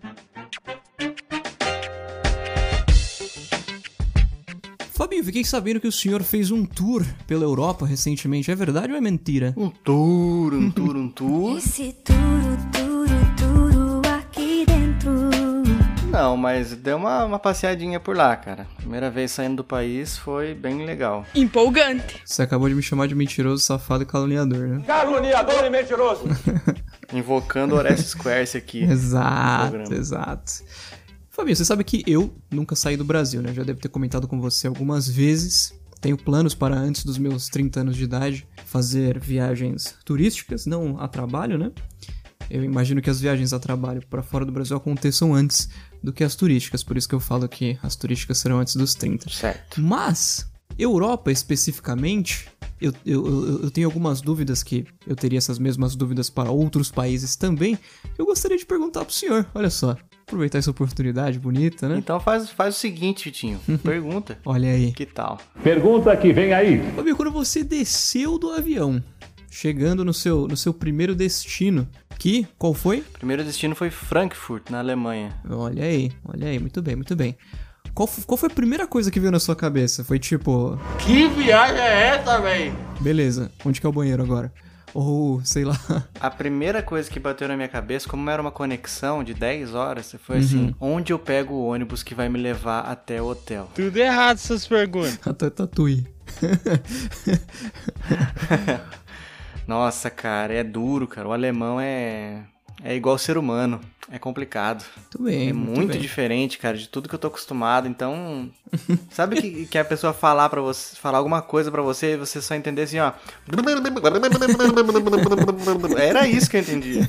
Fabinho, fiquei sabendo que o senhor fez um tour pela Europa recentemente. É verdade ou é mentira? Um tour. Esse turo aqui dentro. Não, mas deu uma passeadinha por lá, cara. Primeira vez saindo do país foi bem legal. Empolgante. Você acabou de me chamar de mentiroso, safado e caluniador, né? Caluniador e mentiroso. Invocando Orestes Quercia aqui. Exato. Fabinho, você sabe que eu nunca saí do Brasil, né? Já devo ter comentado com você algumas vezes. Tenho planos para, antes dos meus 30 anos de idade, fazer viagens turísticas, não a trabalho, né? Eu imagino que as viagens a trabalho para fora do Brasil aconteçam antes do que as turísticas, por isso que eu falo que as turísticas serão antes dos 30. Certo. Mas, Europa especificamente, eu tenho algumas dúvidas que eu teria essas mesmas dúvidas para outros países também. Eu gostaria de perguntar pro senhor, olha só. Aproveitar essa oportunidade bonita, né? Então faz o seguinte, Vitinho. Pergunta. Olha aí. Que tal? Pergunta que vem aí. Fabinho, quando você desceu do avião, chegando no seu primeiro destino, qual foi? Primeiro destino foi Frankfurt, na Alemanha. Olha aí, muito bem. Qual foi a primeira coisa que veio na sua cabeça? Foi tipo... Que viagem é essa, véi? Beleza, onde que é o banheiro agora? Ou, sei lá... A primeira coisa que bateu na minha cabeça, como era uma conexão de 10 horas, foi assim, onde eu pego o ônibus que vai me levar até o hotel? Tudo errado essas perguntas. Até Tatuí. Nossa, cara, é duro, cara. O alemão é igual ser humano. É complicado. Muito bem. É muito diferente, cara, de tudo que eu tô acostumado. Então, sabe que a pessoa falar alguma coisa pra você e você só entender assim, ó. Era isso que eu entendia.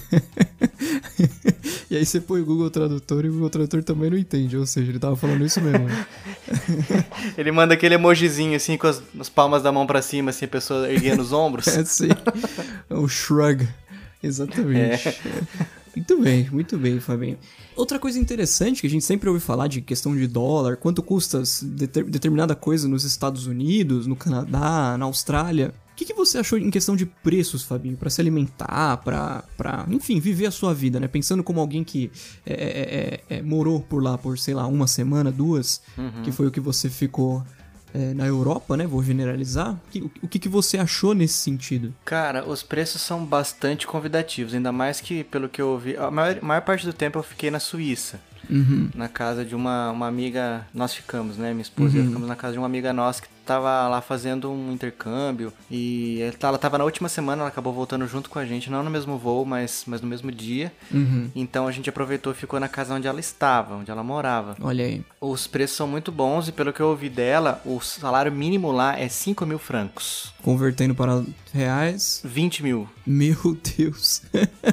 E aí você põe o Google Tradutor e o Google Tradutor também não entende. Ou seja, ele tava falando isso mesmo. Ele manda aquele emojizinho assim com as palmas da mão pra cima, assim, a pessoa erguendo os ombros. É sim. O shrug. Exatamente. Muito bem, Fabinho. Outra coisa interessante que a gente sempre ouve falar de questão de dólar, quanto custa determinada coisa nos Estados Unidos, no Canadá, na Austrália. O que você achou em questão de preços, Fabinho, pra se alimentar, pra enfim, viver a sua vida, né? Pensando como alguém que morou por lá por, sei lá, uma semana, duas, que foi o que você ficou na Europa, né? Vou generalizar. O que você achou nesse sentido? Cara, os preços são bastante convidativos, ainda mais que, pelo que eu ouvi, a maior parte do tempo eu fiquei na Suíça. Na casa de uma amiga, nós ficamos, né? Minha esposa e eu ficamos na casa de uma amiga nossa que tava lá fazendo um intercâmbio e ela tava na última semana, ela acabou voltando junto com a gente, não no mesmo voo, mas no mesmo dia. Então a gente aproveitou e ficou na casa onde ela estava, onde ela morava. Olha aí. Os preços são muito bons e pelo que eu ouvi dela, o salário mínimo lá é 5 mil francos. Convertendo para reais... 20 mil. Meu Deus.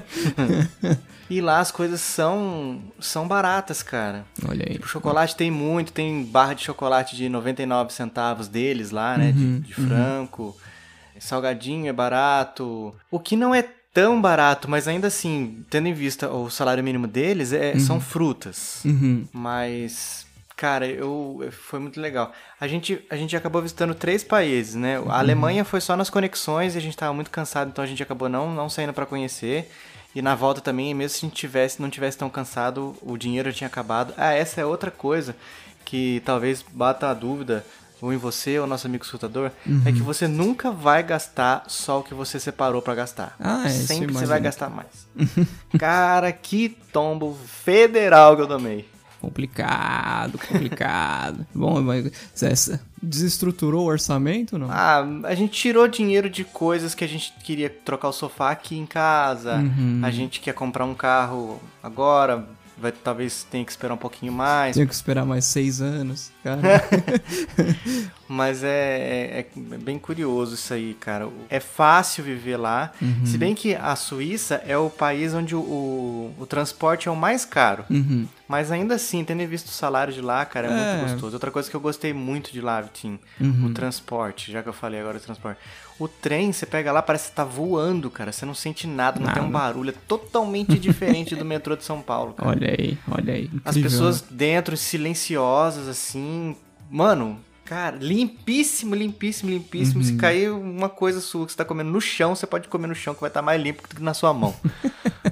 E lá as coisas são baratas, cara. Olha aí. Tipo, chocolate tem barra de chocolate de 99 centavos deles lá, né, de franco. Salgadinho é barato. O que não é tão barato, mas ainda assim, tendo em vista o salário mínimo deles, são frutas. Mas... Cara, foi muito legal. A gente acabou visitando 3 países, né? A Alemanha foi só nas conexões e a gente tava muito cansado, então a gente acabou não saindo pra conhecer. E na volta também, mesmo se a gente não tivesse tão cansado, o dinheiro tinha acabado. Essa é outra coisa que talvez bata a dúvida, ou em você ou nosso amigo escutador, é que você nunca vai gastar só o que você separou pra gastar. Sempre você vai gastar mais. Cara, que tombo federal que eu tomei. Complicado. Bom, mas desestruturou o orçamento, não? A gente tirou dinheiro de coisas que a gente queria trocar o sofá aqui em casa. A gente quer comprar um carro agora, talvez tenha que esperar um pouquinho mais. Tenho que esperar mais 6 anos, cara. Mas é bem curioso isso aí, cara. É fácil viver lá. Se bem que a Suíça é o país onde o transporte é o mais caro. Mas ainda assim, tendo visto o salário de lá, cara, é muito gostoso. Outra coisa que eu gostei muito de lá, Vitinho, o transporte, já que eu falei agora do transporte. O trem, você pega lá, parece que tá voando, cara. Você não sente nada, não tem um barulho. É totalmente diferente do metrô de São Paulo, cara. Olha aí. Incrível, as pessoas dentro, silenciosas, assim. Mano, cara, limpíssimo. Se cair uma coisa sua que você tá comendo no chão, você pode comer no chão, que vai estar mais limpo do que na sua mão.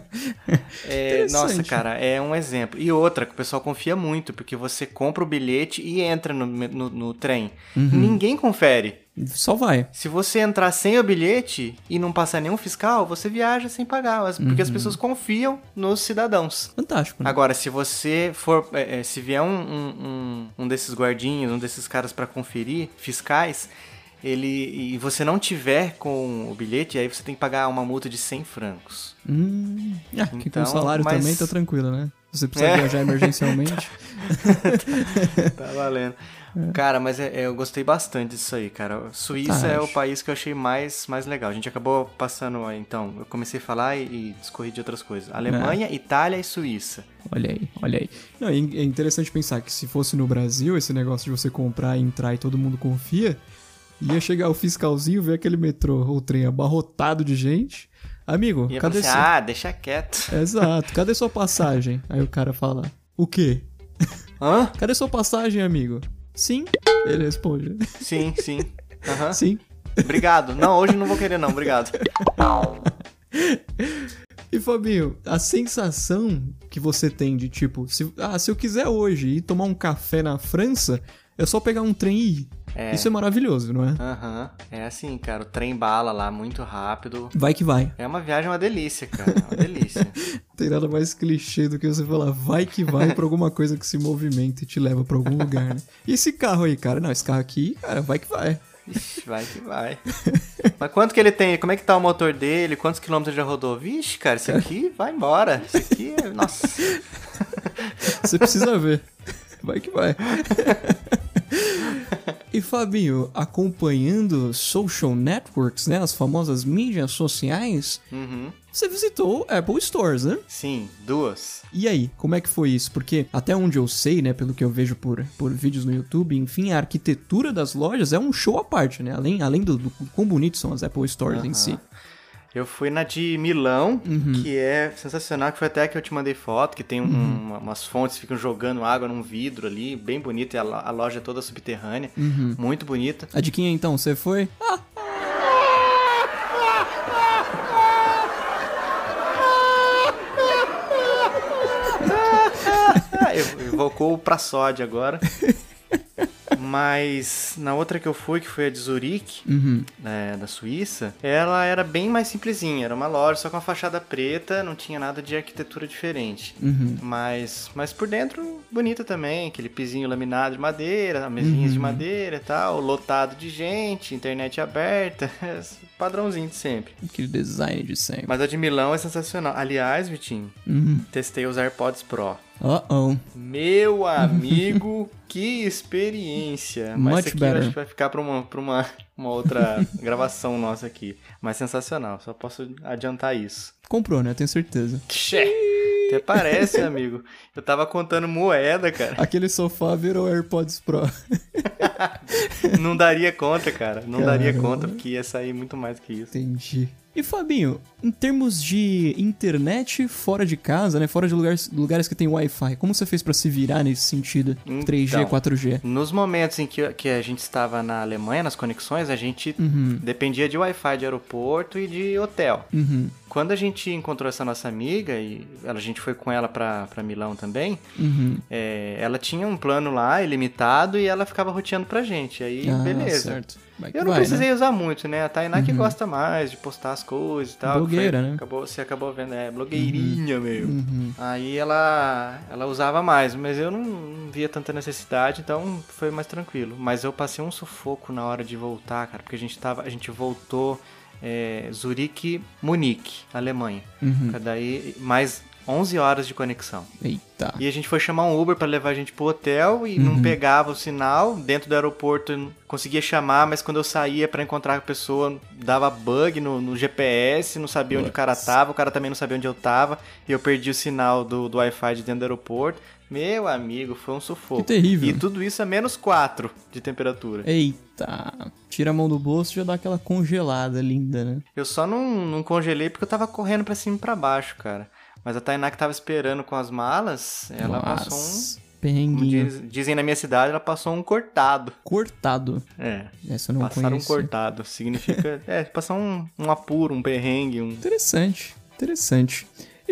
Nossa, cara, é um exemplo. E outra, que o pessoal confia muito, porque você compra o bilhete e entra no trem. Ninguém confere. Só vai. Se você entrar sem o bilhete e não passar nenhum fiscal, você viaja sem pagar, porque as pessoas confiam nos cidadãos. Fantástico, né? Agora, se você for... se vier um desses guardinhas, um desses caras pra conferir, fiscais, e você não tiver com o bilhete, aí você tem que pagar uma multa de 100 francos. Que com o salário também tá tranquilo, né? Se você precisa viajar emergencialmente. Tá valendo. Cara, mas eu gostei bastante disso aí, cara. Suíça é o país que eu achei mais legal. A gente acabou passando, então, eu comecei a falar e discorri de outras coisas. Alemanha, Itália e Suíça. Olha aí. Não, é interessante pensar que se fosse no Brasil, esse negócio de você comprar, entrar e todo mundo confia, ia chegar o fiscalzinho, ver aquele metrô ou trem abarrotado de gente. Amigo, cadê sua... deixa quieto. Exato, cadê sua passagem? Aí o cara fala, o quê? Hã? Cadê sua passagem, amigo? Sim, ele responde. Sim. Uhum. Sim. Obrigado. Não, hoje não vou querer não, obrigado. E Fabinho, a sensação que você tem de tipo, se eu quiser hoje ir tomar um café na França, é só pegar um trem e ir. Isso é maravilhoso, não é? É assim, cara, o trem bala lá muito rápido. Vai que vai. É uma viagem, uma delícia, cara, uma delícia. Não tem nada mais clichê do que você falar vai que vai pra alguma coisa que se movimenta e te leva pra algum lugar, né? E esse carro aí, cara? Não, esse carro aqui, cara, vai que vai. Vixe, vai que vai. Mas quanto que ele tem? Como é que tá o motor dele? Quantos quilômetros já rodou? Vixe, cara, esse aqui vai embora. Esse aqui é... Nossa. Você precisa ver. Vai que vai. E Fabinho, acompanhando social networks, né, as famosas mídias sociais, você visitou Apple Stores, né? Sim, 2. E aí, como é que foi isso? Porque até onde eu sei, né, pelo que eu vejo por vídeos no YouTube, enfim, a arquitetura das lojas é um show à parte, né? Além do quão bonitos são as Apple Stores em si. Eu fui na de Milão, que é sensacional, que foi até que eu te mandei foto, que tem umas fontes que ficam jogando água num vidro ali, bem bonito, e a loja é toda subterrânea, muito bonita. A de quem então? Você foi? Evocou o Praçode agora. Mas na outra que eu fui, que foi a de Zurique, da Suíça, ela era bem mais simplesinha. Era uma loja só com a fachada preta, não tinha nada de arquitetura diferente. Mas por dentro, bonita também. Aquele pisinho laminado de madeira, mesinhas de madeira e tal, lotado de gente, internet aberta, padrãozinho de sempre. Aquele design de sempre. Mas a de Milão é sensacional. Aliás, Vitinho, testei os AirPods Pro. Meu amigo, que experiência. Mas isso aqui eu acho que vai ficar pra uma outra gravação nossa aqui. Mas sensacional, só posso adiantar isso. Comprou, né? Tenho certeza. Até parece, amigo. Eu tava contando moeda, cara. Aquele sofá virou AirPods Pro. Não daria conta, cara. Não daria conta, porque ia sair muito mais que isso. Entendi. E Fabinho, em termos de internet fora de casa, né, fora de lugares que tem Wi-Fi, como você fez pra se virar nesse sentido? Então, 3G, 4G? Nos momentos em que a gente estava na Alemanha, nas conexões, a gente dependia de Wi-Fi de aeroporto e de hotel. Quando a gente encontrou essa nossa amiga, e a gente foi com ela pra Milão também, ela tinha um plano lá, ilimitado, e ela ficava roteando pra gente. Aí, beleza. Certo. Eu não precisei usar muito, né? A Tainá que gosta mais de postar as coisas e tal. Blogueira, né? Você acabou vendo, blogueirinha, meu. Aí ela usava mais, mas eu não via tanta necessidade, então foi mais tranquilo. Mas eu passei um sufoco na hora de voltar, cara, porque a gente voltou Zurique, Munique, Alemanha. Daí mais 11 horas de conexão. Eita. E a gente foi chamar um Uber pra levar a gente pro hotel e não pegava o sinal. Dentro do aeroporto eu conseguia chamar, mas quando eu saía pra encontrar a pessoa, dava bug no GPS, não sabia onde o cara tava, o cara também não sabia onde eu tava, e eu perdi o sinal do Wi-Fi de dentro do aeroporto. Meu amigo, foi um sufoco. Que terrível. E tudo isso a -4 de temperatura. Eita. Tira a mão do bolso e já dá aquela congelada linda, né? Eu só não congelei porque eu tava correndo pra cima e pra baixo, cara. Mas a Tainá que tava esperando com as malas, ela passou um... Perrenguinho. Como dizem na minha cidade, ela passou um cortado. Cortado? Essa eu não passaram conheci. um cortado. Significa, passar um apuro, um perrengue. Interessante.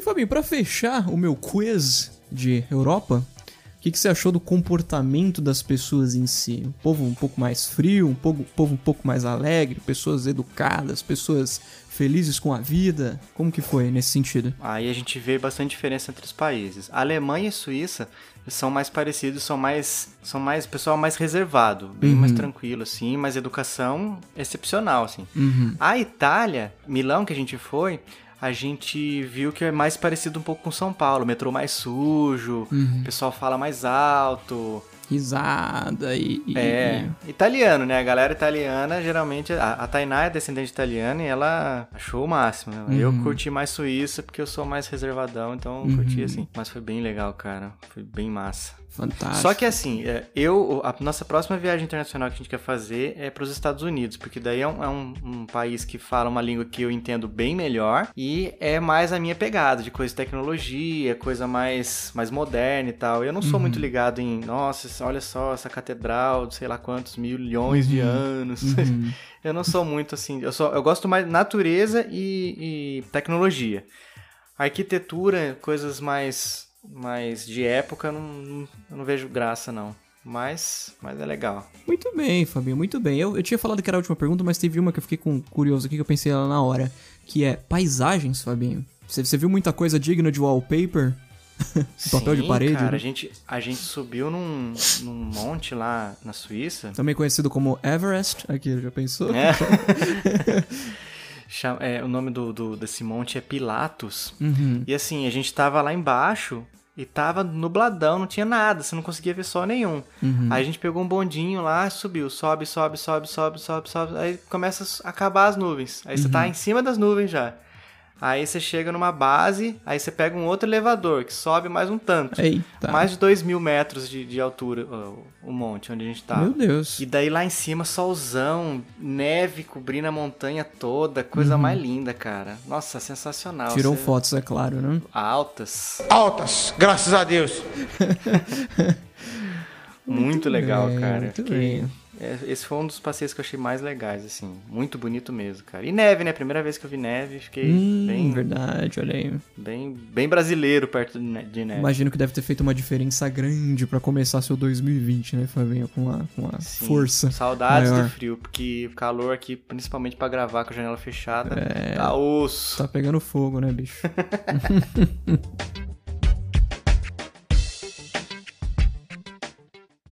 Fabinho, pra fechar o meu quiz de Europa, o que você achou do comportamento das pessoas em si? Um povo um pouco mais frio, um povo um pouco mais alegre, pessoas educadas, pessoas felizes com a vida? Como que foi nesse sentido? Aí a gente vê bastante diferença entre os países. A Alemanha e a Suíça são mais parecidos, são mais pessoal mais reservado, bem mais tranquilo, assim, mas educação excepcional, assim. A Itália, Milão, que a gente foi, a gente viu que é mais parecido um pouco com São Paulo, metrô mais sujo, o pessoal fala mais alto. Risada Italiano, né? A galera italiana, geralmente, a Tainá é descendente italiana e ela achou o máximo, né? Eu curti mais Suíça porque eu sou mais reservadão, então eu curti assim. Mas foi bem legal, cara. Foi bem massa. Fantástico. Só que assim, a nossa próxima viagem internacional que a gente quer fazer é para os Estados Unidos, porque daí é um país que fala uma língua que eu entendo bem melhor e é mais a minha pegada de coisa de tecnologia, coisa mais moderna e tal. Eu não sou muito ligado em, nossa, olha só essa catedral de sei lá quantos milhões de anos. Eu não sou muito assim, eu gosto mais de natureza e tecnologia. Arquitetura, coisas mais de época, eu não vejo graça, não. Mas é legal. Muito bem, Fabinho, muito bem. Eu tinha falado que era a última pergunta, mas teve uma que eu fiquei curioso aqui, que eu pensei ela na hora, que é paisagens, Fabinho. Você viu muita coisa digna de wallpaper? Papel de parede? Cara, a gente subiu num monte lá na Suíça. Também conhecido como Everest. Aqui, já pensou? O nome desse monte é Pilatus. E assim, a gente tava lá embaixo e tava nubladão, não tinha nada, você não conseguia ver sol nenhum. Aí a gente pegou um bondinho lá, subiu, sobe, aí começa a acabar as nuvens. Aí você tá em cima das nuvens já. Aí você chega numa base, aí você pega um outro elevador que sobe mais um tanto. Eita. Mais de 2.000 metros de altura, o monte onde a gente tava. Meu Deus. E daí lá em cima, solzão, neve cobrindo a montanha toda, coisa mais linda, cara. Nossa, sensacional. Tirou fotos, é claro, né? Altas, graças a Deus. muito legal, bem, cara. Muito bem. Esse foi um dos passeios que eu achei mais legais, assim. Muito bonito mesmo, cara. E neve, né? Primeira vez que eu vi neve, fiquei bem... Verdade, olha aí. Bem brasileiro perto de neve. Imagino que deve ter feito uma diferença grande pra começar seu 2020, né, Fabinho? Com a força Saudades maior. do frio, porque calor aqui, principalmente pra gravar com a janela fechada, tá osso. Tá pegando fogo, né, bicho?